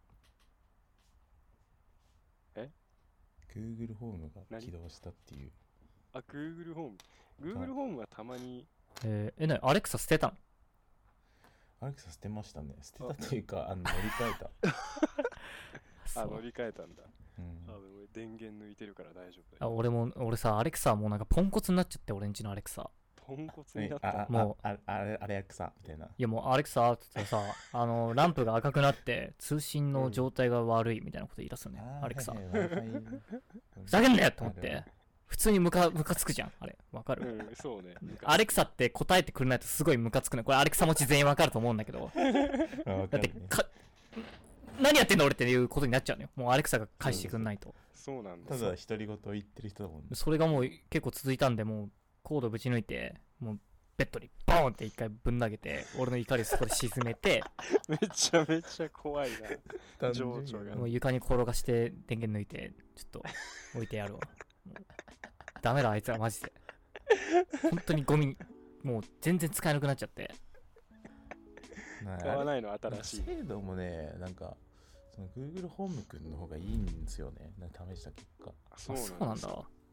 。Google ホームが起動したっていう Google ホーム。Google ホームはたまに、 なに、アレクサ捨てたの？ アレクサ捨てましたね。捨てたっていうか、乗り換えた。 そう乗り換えたんだ。 うん俺電源抜いてるから大丈夫だよ。 俺さ、アレクサもうなんかポンコツになっちゃって、俺んちのアレクサ。 ポンコツになった。 もうアレクサみたいな。 いやもうアレクサって言ったらさ、ランプが赤くなって通信の状態が悪いみたいなこと言い出すよね、アレクサ。 はいふはいはいざけんなよと思って、普通にムカつくじゃん、あれ。わかる？ そうね。 アレクサって答えてくれないとすごいムカつくね。これアレクサ持ち全員わかると思うんだけど。だって何やってんだ俺っていうことになっちゃうのよ。もうアレクサが返してくんないと。 そうなんだ。 ただ独り言言ってる人だもんね。 それがもう結構続いたんで、もうコードぶち抜いて、もうベッドにボーンって一回ぶん投げて、俺の怒りそこで沈めて、 めちゃめちゃ怖いな。情緒が。 もう床に転がして電源抜いて、ちょっと置いてやるわ。もうダメだあいつらマジで。本当にゴミ、もう全然使えなくなっちゃって。 買わないの新しい。 精度もね、なんか、その Google ホームくんの方がいいんですよね。試した結果。 そうなんだ。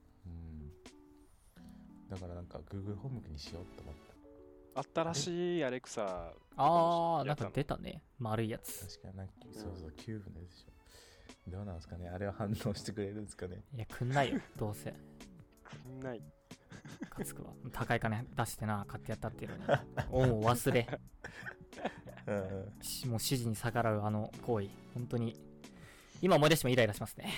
だからなんか Google ホームくんにしようと思った。 新しいアレクサ。 なんか出たね。丸いやつ。 確かになんか、そうそう、キューブのやつでしょ。どうなんですかね、あれは反応してくれるんですかね。 いや、くんないよ、どうせ。 くんない。 かつくわ。高い金出してな、買ってやったっていうのに。恩を忘れ。もう指示に逆らうあの行為。本当に。今思い出してもイライラしますね。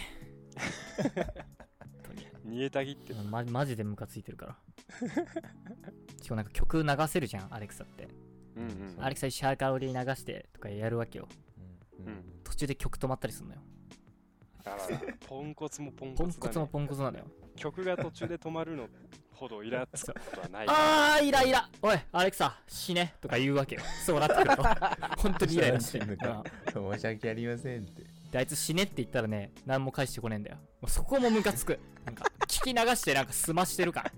煮えたぎってマジでムカついてるから。しかもなんか曲流せるじゃん、アレクサって。アレクサシャーカロリー流してとかやるわけよ。途中で曲止まったりするのよ。 ポンコツもポンポコツだね。 ンコツもポンコツなのよ。 曲が途中で止まるのほどイラつくことはない。 イライラ、おいアレクサ死ねとか言うわけよ。そうなってくると本当にイライラしてる。 申し訳ありませんって。 であいつ死ねって言ったらね、何も返してこねえんだよ。もうそこもムカつく。なんか聞き流してなんか済ましてるから。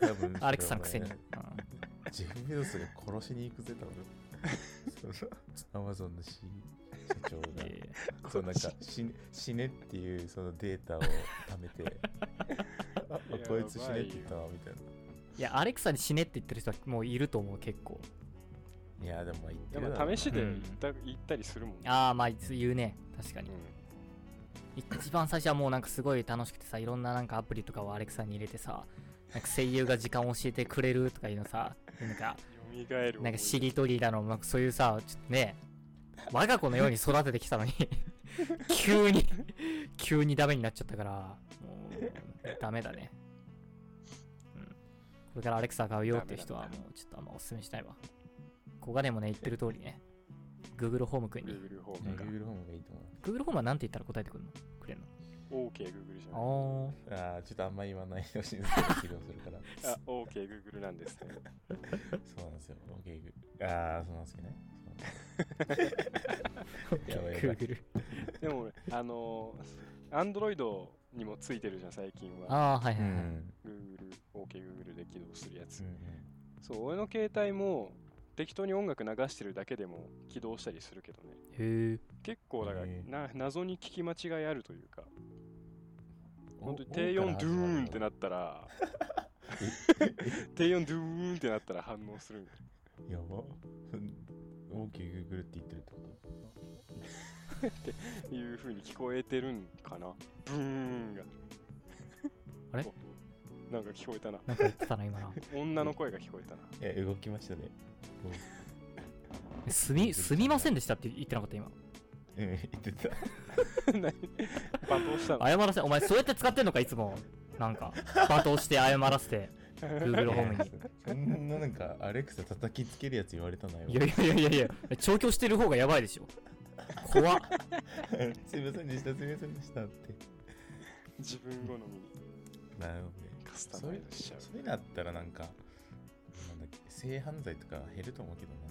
多分アレクサのくせに。 ジェフ・ベゾスが殺しに行くぜ、多分。そうアマゾンの社長が。そうなんか死ねっていうそのデータを貯めて、こいつ死ねって言ったわみたいな。 いや、アレクサに死ねって言ってる人はもういると思う、結構。 いや、でも言ってるだろうな。 試しで言ったりするもん。 まあ言うね、確かに。一番最初はもうなんかすごい楽しくてさ、いろんななんかアプリとかをアレクサに入れてさ、なんか声優が時間を教えてくれるとかいうのさ、なんかしりとりだの、なんかそういうさ、ちょっとね、我が子のように育ててきたのに急にダメになっちゃったから、もうダメだね。これからアレクサ買うよっていう人はもうちょっとあんまおすすめしないわ。小金もね言ってる通りね、Google ホームくんに。 Google ホームがいいと思う。 Google ホームはなんて言ったら答えてくれるの？ OK Google じゃない。 ちょっとあんま言わないでほしいんですけど、起動するから。 OK Google なんですね。 そうなんですよ。OK Google。そうなんですけどね。 Google。 でもAndroid にもついてるじゃん、最近は。 はいはいはい。 OK Google で起動するやつ。そう、俺の携帯も適当に音楽流してるだけでも起動したりするけどね。 へえ。 結構だから謎に聞き間違いあるというか、本当に低音ドゥーンってなったら低音ドゥーンってなったら反応する。 やば。OK Google って言ってるってことっていう風に聞こえてるんかな。ブーンがあれなんか聞こえたな。 なんか言ってたな今な。 女の声が聞こえたな。 いや動きましたね。 すみませんでしたって言ってなかった今。 言ってた。 罵倒したの？ 謝らせ、お前そうやって使ってんのかいつも。なんか罵倒して謝らせて Google ホームに。 そんななんかアレクサ叩きつけるやつ言われたのよ。 いや調教してる方がやばいでしょ。怖っ。 すいませんでしたって自分好みになるほどね。 カスタマイズしちゃう。 それだったらなんか性犯罪とか減ると思うけどな。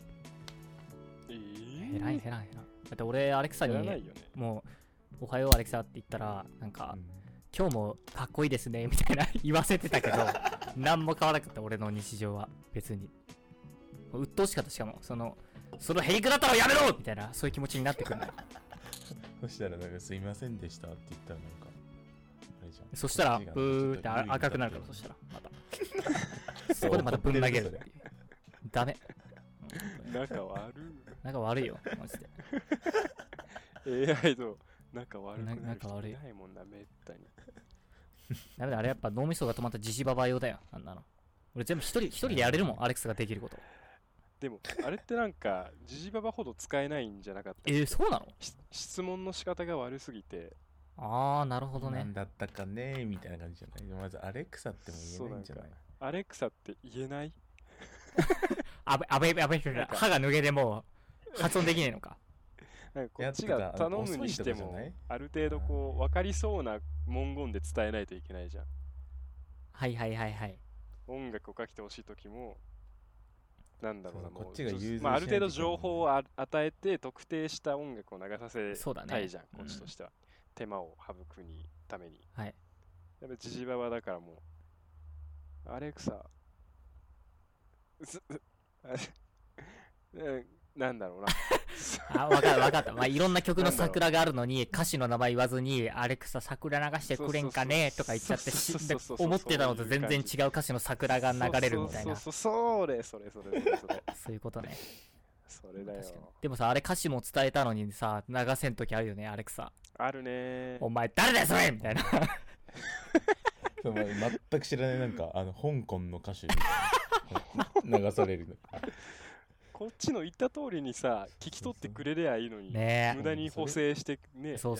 減らん。だって俺アレクサにもうおはようアレクサって言ったらなんか、今日もかっこいいですねみたいな言わせてたけど何も変わらなかった俺の日常は。別に鬱陶しかった。しかもそのへりくだったらやめろみたいな、そういう気持ちになってくるんだよ。 そしたらなんかすいませんでしたって言ったらなんかあれじゃん。 そしたらこっちがブーって赤くなるから、そしたらまたそこでまたぶん投げるっていう。ダメ。 仲悪なんか悪いよマジで。 い。AI と仲悪くなる人仲悪いいないもんな、めったに。 ダメだ、あれやっぱ脳みそが止まったジジババ用だよ、あんなの。俺全部一人でやれるもん、アレクサができること。 でも、あれってなんか、ジジババほど使えないんじゃなかったっけ。 そうなの？ 質問の仕方が悪すぎて。 あー、なるほどね。 なんだったかねみたいな感じじゃない。まずアレクサっても言えないんじゃない。 アレクサって言えない？ あべ、歯が抜けてもう発音できねえのか。 なんかこっちが頼むにしても、ある程度こう、分かりそうな文言で伝えないといけないじゃん。 はいはいはいはい。 音楽をかけてほしいときも、なんだろうな、もうこっちが融通しないといけないまあ、ある程度情報を与えて特定した音楽を流させたいじゃん、こっちとしては。手間を省くために。 はい。 やっぱジジババだからもう、アレクサ、なんだろうな。 あ、わかった。まあ、いろんな曲の桜があるのに、歌詞の名前言わずに、アレクサ桜流してくれんかねとか言っちゃって、思ってたのと全然違う歌詞の桜が流れるみたいな。 それ。 そういうことね。 それだよ。 でもさ、あれ歌詞も伝えたのにさ、流せんときあるよね、アレクサ。 あるね。 お前誰だよそれみたいな。 全く知らない、なんか香港の歌手みたいな流される。 こっちの言った通りにさ、聞き取ってくれりゃいいのに、 ね、 無駄に補正してね。 そう。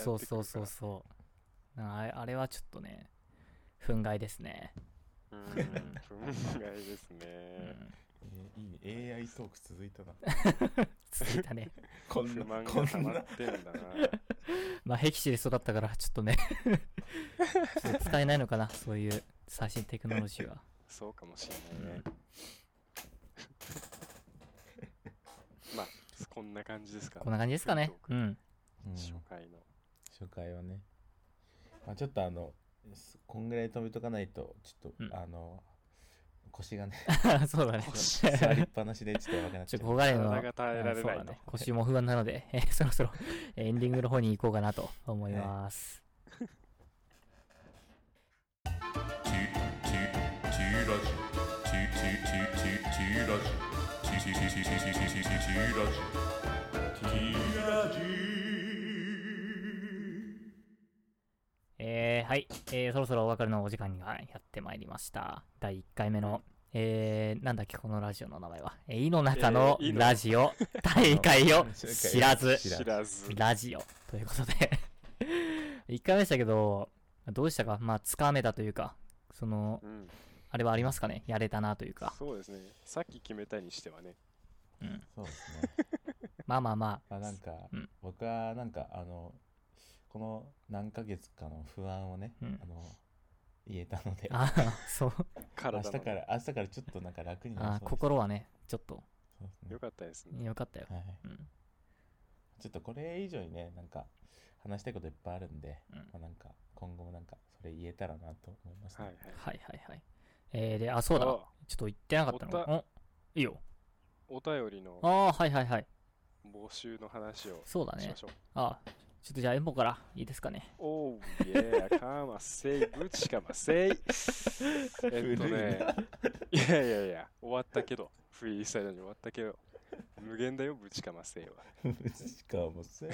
あれはちょっとね、憤慨ですね。 憤慨ですね。 いいね、AI トーク続いたな。 続いたね。 こんな不満が溜まってんだな。 まあ、僻地で育ったからちょっとねちょっと使えないのかな、そういう最新テクノロジーは。 そうかもしれないね。まあ、こんな感じですかね。 こんな感じですかね。うん。 初回の。 初回はね。まあ、ちょっとこんぐらい止めとかないと、ちょっと、腰がね。 そうだね。 座りっぱなしでちょっとやばくなっちゃう。 小金の体が耐えられないと、 ね、腰も不安なので、そろそろエンディングの方に行こうかなと思います。はい、そろそろお別れのお時間がやってまいりました。第1回目の、なんだっけこのラジオの名前は。井の中のラジオ大会を知らずラジオということで1回目でしたけど、どうでしたか？まあ、つかめたというか、あれはありますかね？やれたなというか。 そうですね。さっき決めたにしてはね。 そうですね。 まあ。 なんか、僕はなんかこの何ヶ月かの不安をね、言えたので、 そう。 明日からちょっとなんか楽になりそうです。 心はね、ちょっと。 よかったですね。 よかったよ。 ちょっとこれ以上にね、なんか話したいこといっぱいあるんで、なんか今後もなんかそれ言えたらなと思いますね。 はい。で、そうだ。ちょっと言ってなかったの。いいよ。 お便りのはい。 募集の話をそうだね。ちょっとじゃあエンボからいいですかね。 おう、いや、かませい、ぶちかませい。いや、終わったけど、フリースタイルに終わったけど、無限だよ、ぶちかませいは。 ぶちかませい。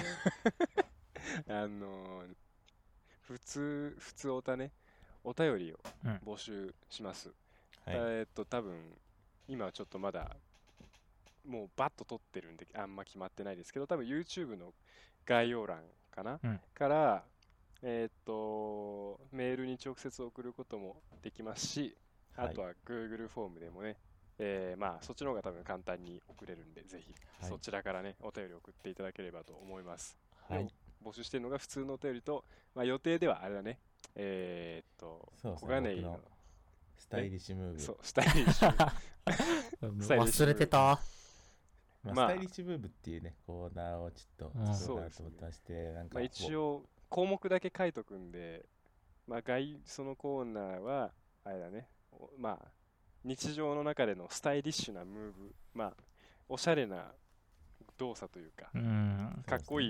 普通お便りを募集します。多分、今はちょっとまだ、もうバッと撮ってるんで、あんま決まってないですけど、多分 YouTube の概要欄かな、から、メールに直接送ることもできますし、あとは Google フォームでもね、まあそっちの方が多分簡単に送れるんで、ぜひそちらからね、お便り送っていただければと思います。募集してるのが普通のお便りと、まあ予定ではあれだね、 小金井のスタイリッシュムーブ。 そう、スタイリッシュ。 忘れてた。 スタイリッシュムーブっていうね、コーナーをちょっと作ろうかなと思ってまして、なんか一応項目だけ書いとくんで、まあそのコーナーはあれだね、まあ日常の中でのスタイリッシュなムーブ、まあおしゃれな動作というか、かっこいい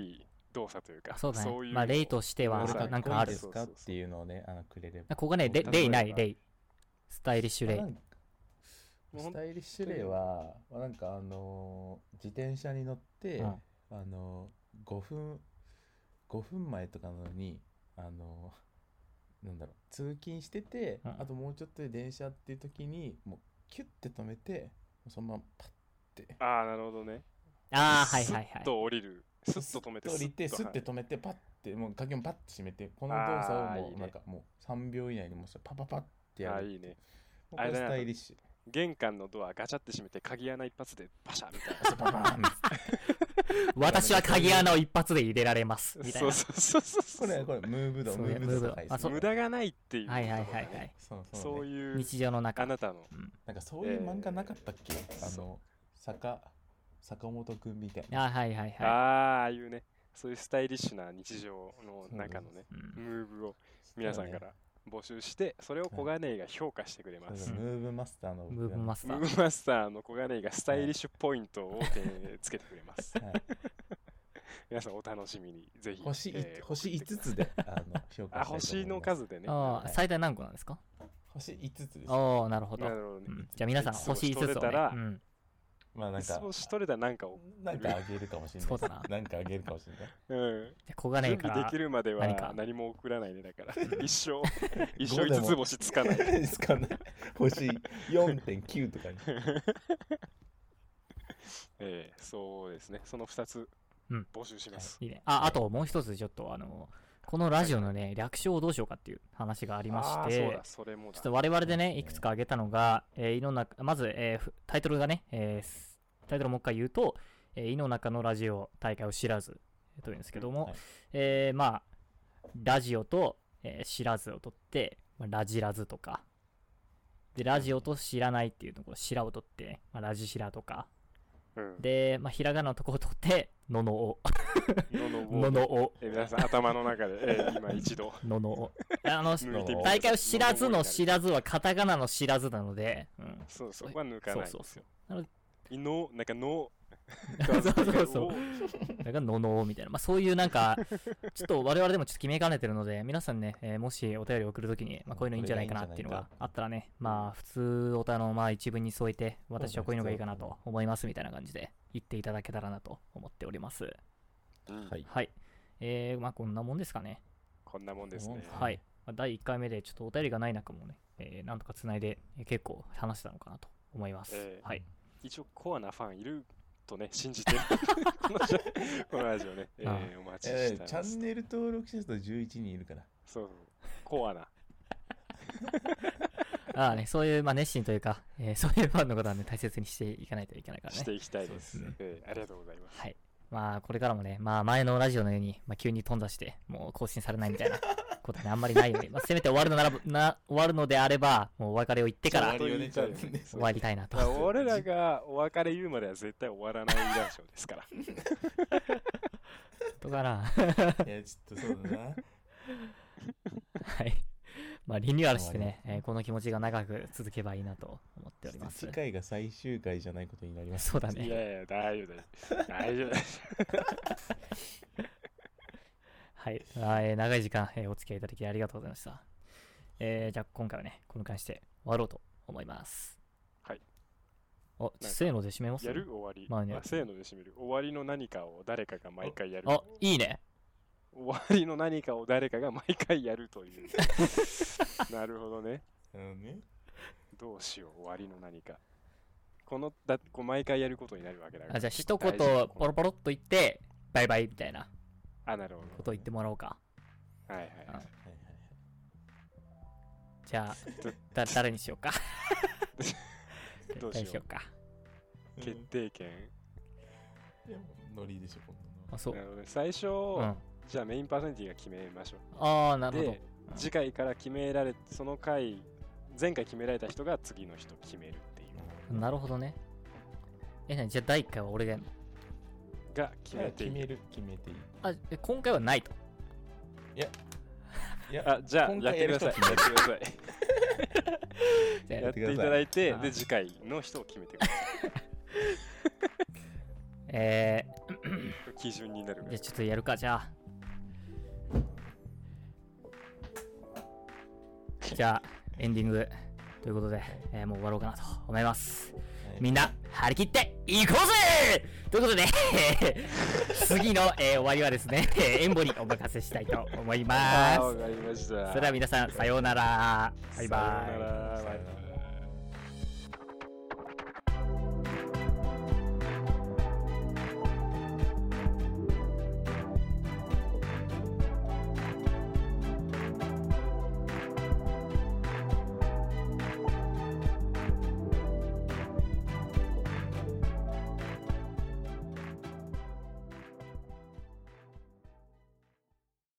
動作というか、 そうだね。 いうまあ例としてはこれかっなんかあるこいいで。すかっていうのをね、くれれば。 ここね、例ない、例。スタイリッシュ例。 なんかスタイリッシュ例は、なんか自転車に乗って、 うん 5分前とかなのに、なんだろう、通勤してて、 うんあともうちょっとで電車っていう時に、もうキュッて止めて、そのままパッて。 ああ、なるほどね。 ああ、はいはいはい。 スッと降りる。スッと止めて、 降りて、スッてはい止めて、パッて、もう鍵もパッて閉めて、この動作をもう、 あーいいねなんかもう3秒以内にもうパパパッてやる。 あーいいね。 もうこれスタイリッシュ。 玄関のドアガチャって閉めて鍵穴一発でパシャみたいな。 パパーン私は鍵穴を一発で入れられます。みたいな。 そうこれムーブ度、 そうムーブ度高いですね。 無駄がないっていうところはいはいがねはいはい。 そうね。 いう日常の中。 あなたのなんかそういう漫画なかったっけ、 そ坂本くんみたいな。 あはいはいはい。 ああいうね、そういうスタイリッシュな日常の中のね、 うんムーブを皆さんから募集して、それを小金井が評価してくれます。 ムーブマスターのムーブマスター。 ムーブマスターの小金井がスタイリッシュポイントをつけてくれます。 はい皆さんお楽しみに、ぜひ。 星5つで評価したいと思います。 星の数でね。 ああ、 はい最大何個なんですか？ 星5つです。 ああ、なるほど。 なるほどね。 じゃあ皆さん星5つをね。 取れたらうんまあなんかそうしとれたらなんかを、 なんかあげるかもしれない。 そうだななんかあげるかもしれない。 うん。 じゃあ小金井準備でからきるまで何かは何も送らないね。だから、一生 5でも 5つ星つかない。 つかない。星 4.9 とかに。 そうですね。その2つうん募集します。 いいね。あともう一つちょっとこのラジオのね、略称をどうしようかっていう話がありましてそうだ、、それもだちょっ。と我々でね、いくつか挙げたのが、井の中、まず、タイトルがね、タイトルをもう一回言うと、井の中のラジオ大会を知らずというんですけども、 はいまあ、ラジオと、知らずを取って、ラジラズとか、で、ラジオと知らないっていうところ、知らを取って、ラジシラとか、 うん。 で、ひらがなのところを取って、ののお、 のののお、 皆さん頭の中で、今一度ののお。 抜いてみて大会を知らずの知らずはカタカナの知らずなので、 そう、そこは抜かないんですよ。 なのでなんかの、 そうそうそう。だからののみたいな。そういうなんか、ちょっと我々でもちょっと決めかねてるので、皆さんね、もしお便りを送るときに、こういうのいいんじゃないかなっていうのがあったらね、普通おたの一文に添えて、私はこういうのがいいかなと思いますみたいな感じで言っていただけたらなと思っております。 はい。 はい。こんなもんですかね。 こんなもんですね。 はい。第1回目でちょっとお便りがない中もね、なんとかつないで、結構話したのかなと思います。はい。 一応コアなファンいるとね、信じてこのラジオね、お待ちしてます。 チャンネル登録者数11人いるから。 そう、コアな。 そういう、熱心というか、そういうファンのことはね、大切にしていかないといけないからね。 していきたいです。 そうありがとうございます。 はい。これからもね、前のラジオのように、急に頓挫して、もう更新されないみたいなことはね、あんまりないように、せめて終わるのであれば、もうお別れを言ってから終わりをねちゃんとね終わりたいなと。 俺らがお別れ言うまでは絶対終わらないラジオですから。 とかな。 いや、ちょっとそうだな。 はい。リニューアルしてね、この気持ちが長く続けばいいなと思っております。 次回が最終回じゃないことになります。 そうだいね。 やいや、大丈夫だよ。大丈夫だよ。 はい。長い時間、お付き合いいただきありがとうございました。じゃあ今回はね、この感じで終わろうと思います。 はい。 せーので締めますやる終わり。 ねせーので締める。終わりの何かを誰かが毎回やる。 いいね。 終わりの何かを誰かが毎回やるという。なるほどね。どうしよう、終わりの何か。こう毎回やることになるわけだから。 じゃあ一言ポロポロっと言って、バイバイみたいななるほど。 ことを言ってもらおうか。 はい。 じゃあ、誰にしようか。 どうしよう。 か。 決定権。 ノリでしょ、今度の。 そう。 なるほどね。最初、じゃあメインパーソナリティが決めましょう。 なるほど。 で、次回からその回、前回決められた人が次の人決めるっていう。 なるほどね。じゃあ第1回は俺がやるの？ が決めていい。 決めていい。 今回はないと。 いや、 じゃあやってください。やっていただいて、で、次回の人を決めてください。 基準になる。 じゃあちょっとやるか、じゃあ。じゃあ、エンディングということで、もう終わろうかなと思います。みんな、張り切っていこうぜということで、次の、終わりはですね、エンボにお任せしたいと思います。 わかりました。 それでは皆さん、さようなら。バイバイ。 さようなら。